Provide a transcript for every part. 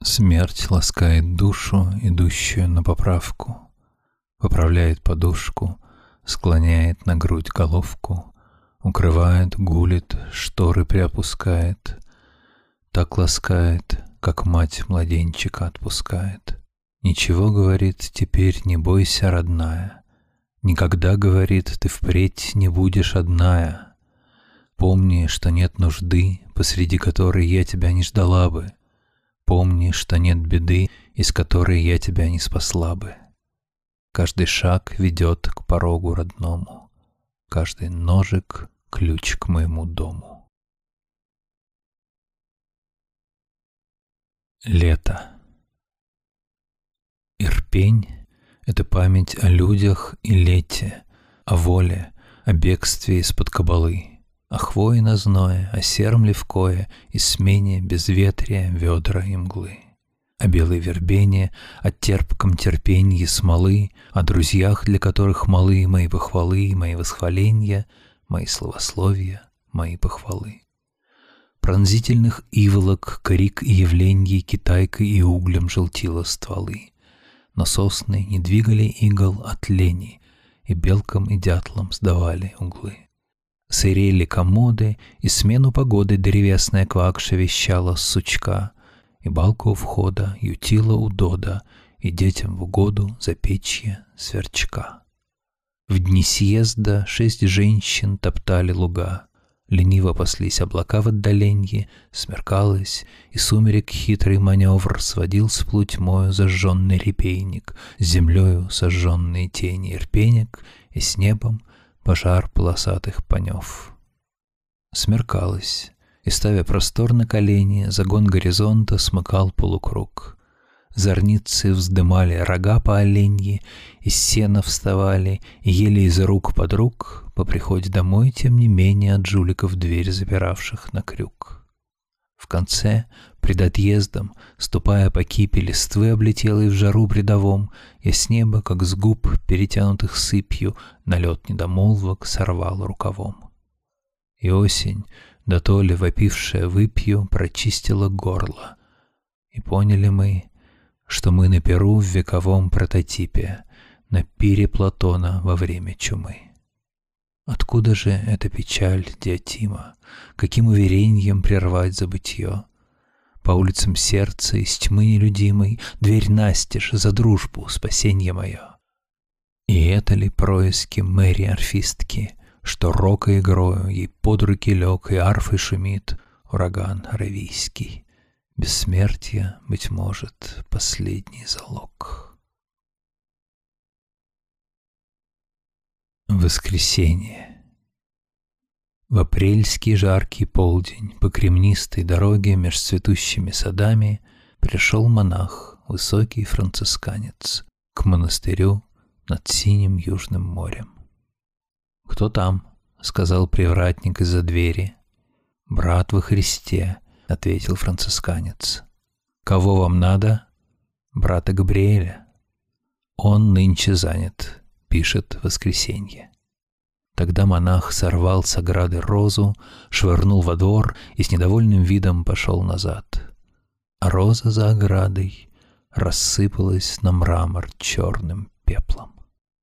Смерть ласкает душу, идущую на поправку, поправляет подушку, склоняет на грудь головку, укрывает, гулит, шторы приопускает, так ласкает, как мать младенчика отпускает. Ничего, говорит, теперь не бойся, родная, никогда, говорит, ты впредь не будешь одная. Помни, что нет нужды, посреди которой я тебя не ждала бы. Помни, что нет беды, из которой я тебя не спасла бы. Каждый шаг ведет к порогу родному, каждый ножик — ключ к моему дому. Лето. Ирпень — это память о людях и лете, о воле, о бегстве из-под кабалы, о хвое на зное, о сером левкое и смене безветрия, ведра и мглы, о белой вербене, о терпком терпенье смолы, о друзьях, для которых малы мои похвалы, мои восхваленья, мои словословия, мои похвалы. Пронзительных иволок, крик и явленье китайкой и углем желтило стволы, но сосны не двигали игл от лени, и белкам и дятлам сдавали углы. Сырели комоды, и смену погоды древесная квакша вещала с сучка, и балку у входа ютила удода, и детям в угоду запечье сверчка. В дни съезда 6 женщин топтали луга, лениво паслись облака в отдаленье, смеркалось, и сумерек хитрый маневр сводил с плутьмою зажженный репейник, с землею сожженные тени ирпенек, и с небом пожар полосатых панев. Смеркалось, и, ставя простор на колени, загон горизонта смыкал полукруг. Зорницы вздымали рога по оленьи, из сена вставали и ели из рук под рук, по приходе домой, тем не менее, от жуликов дверь запиравших на крюк. В конце, пред отъездом, ступая по кипе листвы, облетелой в жару бредовом, я с неба, как с губ, перетянутых сыпью, налет недомолвок сорвал рукавом. И осень, да то ли вопившая выпью, прочистила горло. И поняли мы, что мы на перу в вековом прототипе, на пире Платона во время чумы. Откуда же эта печаль Диотима? Каким увереньем прервать забытье? По улицам сердца из тьмы нелюдимой дверь настежь за дружбу, спасенье мое. И это ли происки Мэри-арфистки, что рока игрою ей под руки лег и арфой шумит ураган аравийский? Бессмертие, быть может, последний залог. Воскресенье. В апрельский жаркий полдень по кремнистой дороге меж цветущими садами пришел монах, высокий францисканец, к монастырю над синим южным морем. «Кто там?» — сказал привратник из-за двери. «Брат во Христе», — ответил францисканец. «Кого вам надо?» «Брата Габриэля». «Он нынче занят», — пишет воскресенье. Тогда монах сорвал с ограды розу, швырнул во двор и с недовольным видом пошел назад. А роза за оградой рассыпалась на мрамор черным пеплом.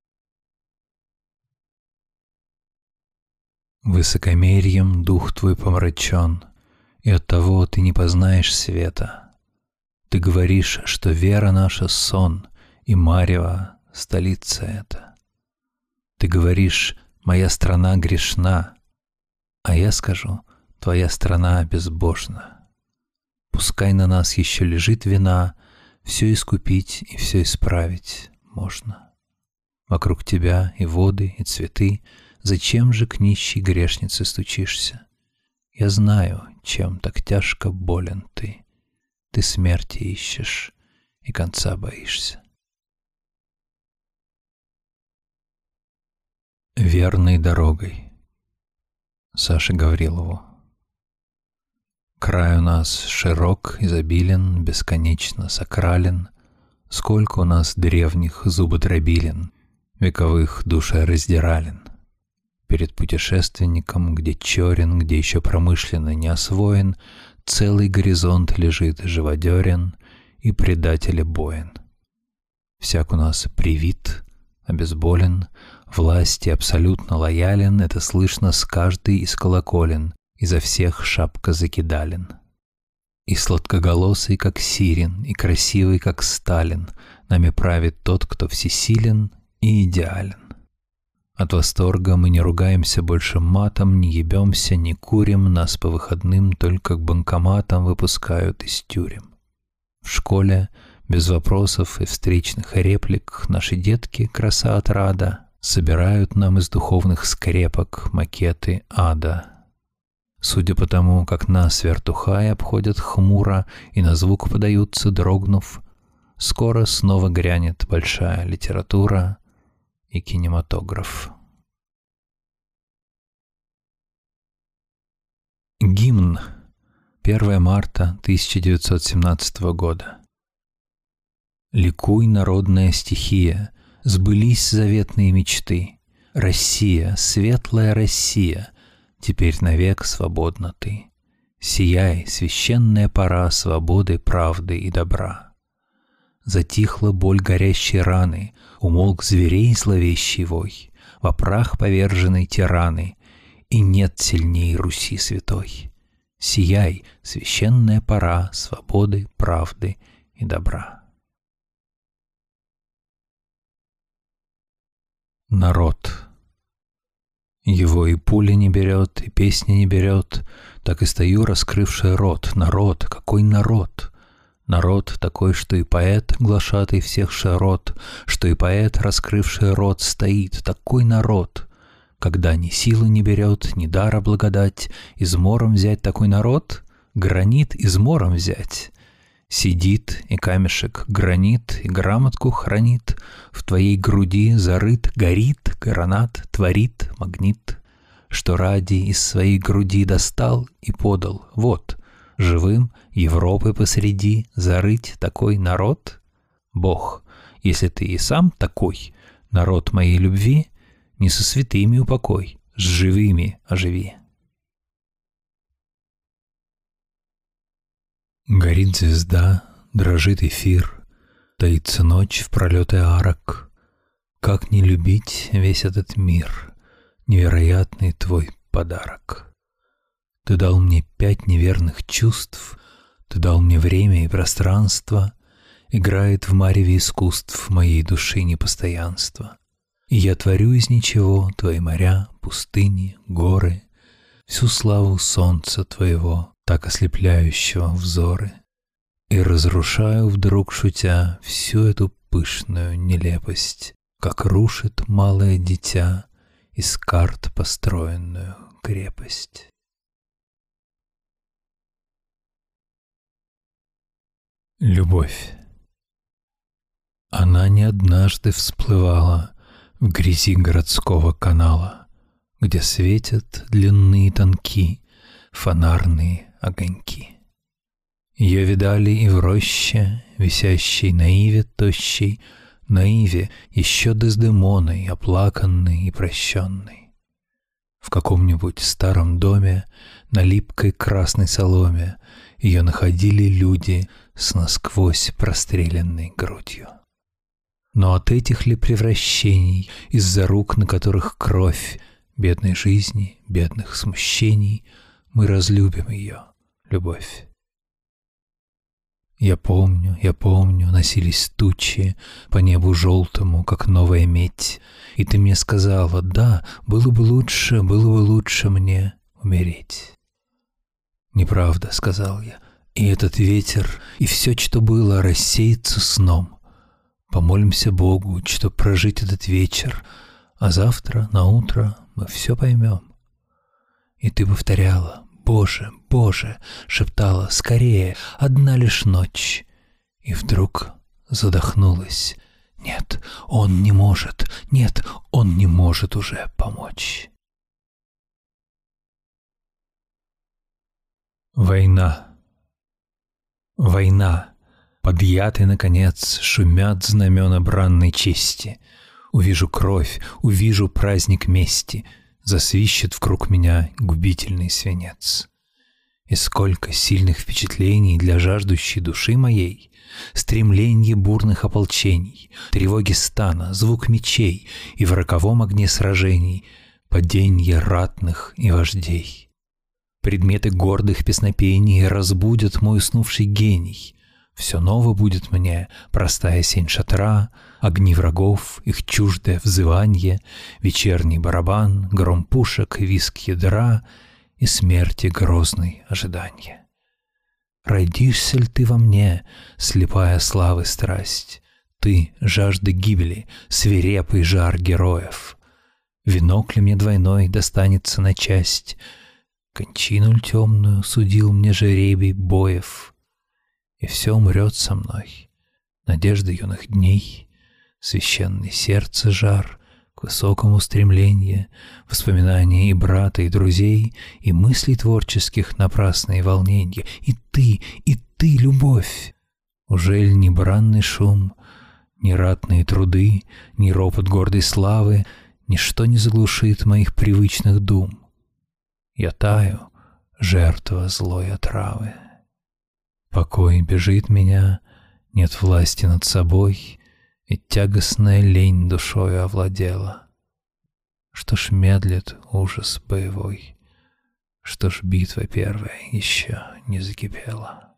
Высокомерьем дух твой помрачен, и оттого ты не познаешь света. Ты говоришь, что вера наша — сон, и марево — столица эта. Ты говоришь: моя страна грешна, а я скажу: твоя страна безбожна. Пускай на нас еще лежит вина, все искупить и все исправить можно. Вокруг тебя и воды, и цветы, зачем же к нищей грешнице стучишься? Я знаю, чем так тяжко болен ты. Ты смерти ищешь и конца боишься. Верной дорогой. Саше Гаврилову. Край у нас широк, изобилен, бесконечно сакрален. Сколько у нас древних зуботробилен, вековых душераздирален. Перед путешественником, где черен, где еще промышленно не освоен, целый горизонт лежит живодерен, и предателя боин. Всяк у нас привит, обезболен, власти абсолютно лоялен, это слышно с каждой из колоколен, изо всех шапка закидален. И сладкоголосый, как Сирин, и красивый, как Сталин, нами правит тот, кто всесилен и идеален. От восторга мы не ругаемся больше матом, не ебемся, не курим, нас по выходным только к банкоматам выпускают из тюрем. В школе без вопросов и встречных реплик наши детки, краса отрада, собирают нам из духовных скрепок макеты ада. Судя по тому, как нас вертухаи обходят хмуро и на звук подаются, дрогнув, скоро снова грянет большая литература и кинематограф. Гимн. 1 марта 1917 года. Ликуй, народная стихия, сбылись заветные мечты. Россия, светлая Россия, теперь навек свободна ты. Сияй, священная пора свободы, правды и добра. Затихла боль горящей раны, умолк зверей зловещий вой, во прах поверженной тираны, и нет сильней Руси святой. Сияй, священная пора свободы, правды и добра. Народ. Его и пуля не берет, и песня не берет, так и стою, раскрывший рот. Народ, какой народ? Народ такой, что и поэт, глашатый всех широт, что и поэт, раскрывший рот, стоит. Такой народ, когда ни силы не берет, ни дара благодать, измором взять такой народ, гранит измором взять. Сидит и камешек гранит, и грамотку хранит, в твоей груди зарыт, горит, гранат творит, магнит, что ради из своей груди достал и подал. Вот, живым Европы посреди зарыть такой народ? Бог, если ты и сам такой, народ моей любви, не со святыми упокой, с живыми оживи. Горит звезда, дрожит эфир, таится ночь в пролете арок. Как не любить весь этот мир, невероятный твой подарок? Ты дал мне 5 неверных чувств, ты дал мне время и пространство, играет в мареве искусств моей души непостоянство. И я творю из ничего твои моря, пустыни, горы, всю славу солнца твоего, так ослепляющего взоры, и разрушаю вдруг, шутя, всю эту пышную нелепость, как рушит малое дитя из карт построенную крепость. Любовь. Она не однажды всплывала в грязи городского канала, где светят длинные тонки, фонарные огоньки. Ее видали и в роще, висящей на иве тощей, на иве еще Дездемоной, оплаканной и прощенной. В каком-нибудь старом доме на липкой красной соломе ее находили люди с насквозь простреленной грудью. Но от этих ли превращений, из-за рук, на которых кровь, бедной жизни, бедных смущений, мы разлюбим ее, любовь? Я помню, носились тучи по небу желтому, как новая медь, и ты мне сказала, да, было бы лучше мне умереть. Неправда, сказал я, и этот ветер, и все, что было, рассеется сном. Помолимся Богу, чтоб прожить этот вечер, а завтра, наутро мы все поймем. И ты повторяла, «Боже, Боже!» шептала, «Скорее, одна лишь ночь!» И вдруг задохнулась. «Нет, он не может, нет, он не может уже помочь!» Война. Война. Подъяты, наконец, шумят знамена бранной чести. Увижу кровь, увижу праздник мести. Засвищет вкруг меня губительный свинец. И сколько сильных впечатлений для жаждущей души моей, стремленье бурных ополчений, тревоги стана, звук мечей и в роковом огне сражений паденье ратных и вождей. Предметы гордых песнопений разбудят мой уснувший гений. Все ново будет мне простая сень шатра, огни врагов, их чуждое взыванье, вечерний барабан, гром пушек, визг ядра и смерти грозный ожиданье. Родишься ли ты во мне, слепая славы страсть? Ты — жажда гибели, свирепый жар героев. Венок ли мне двойной достанется на часть? Кончину ль темную судил мне жребий боев? И все умрет со мной, надежда юных дней, священный сердце жар, к высокому стремлению, воспоминания и брата, и друзей, и мыслей творческих напрасные волненья. И ты, любовь! Ужель ни бранный шум, ни ратные труды, ни ропот гордой славы, ничто не заглушит моих привычных дум? Я таю, жертва злой отравы. Покой бежит меня, нет власти над собой, и тягостная лень душою овладела. Что ж медлит ужас боевой, что ж битва первая еще не закипела?